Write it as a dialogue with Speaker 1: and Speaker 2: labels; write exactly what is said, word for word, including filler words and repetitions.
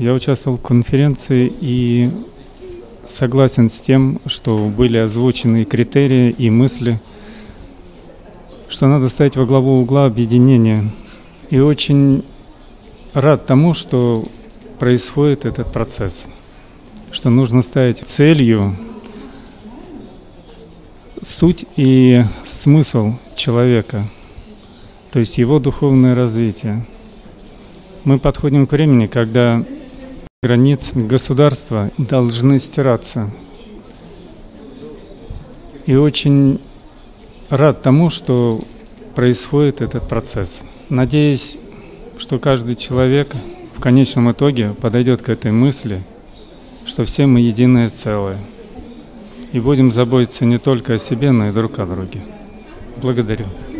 Speaker 1: Я участвовал в конференции и согласен с тем, что были озвучены критерии и мысли, что надо ставить во главу угла объединения. И очень рад тому, что происходит этот процесс, что нужно ставить целью суть и смысл человека, то есть его духовное развитие. Мы подходим к времени, когда границы государства должны стираться. И очень рад тому, что происходит этот процесс. Надеюсь, что каждый человек в конечном итоге подойдет к этой мысли, что все мы единое целое. И будем заботиться не только о себе, но и друг о друге. Благодарю.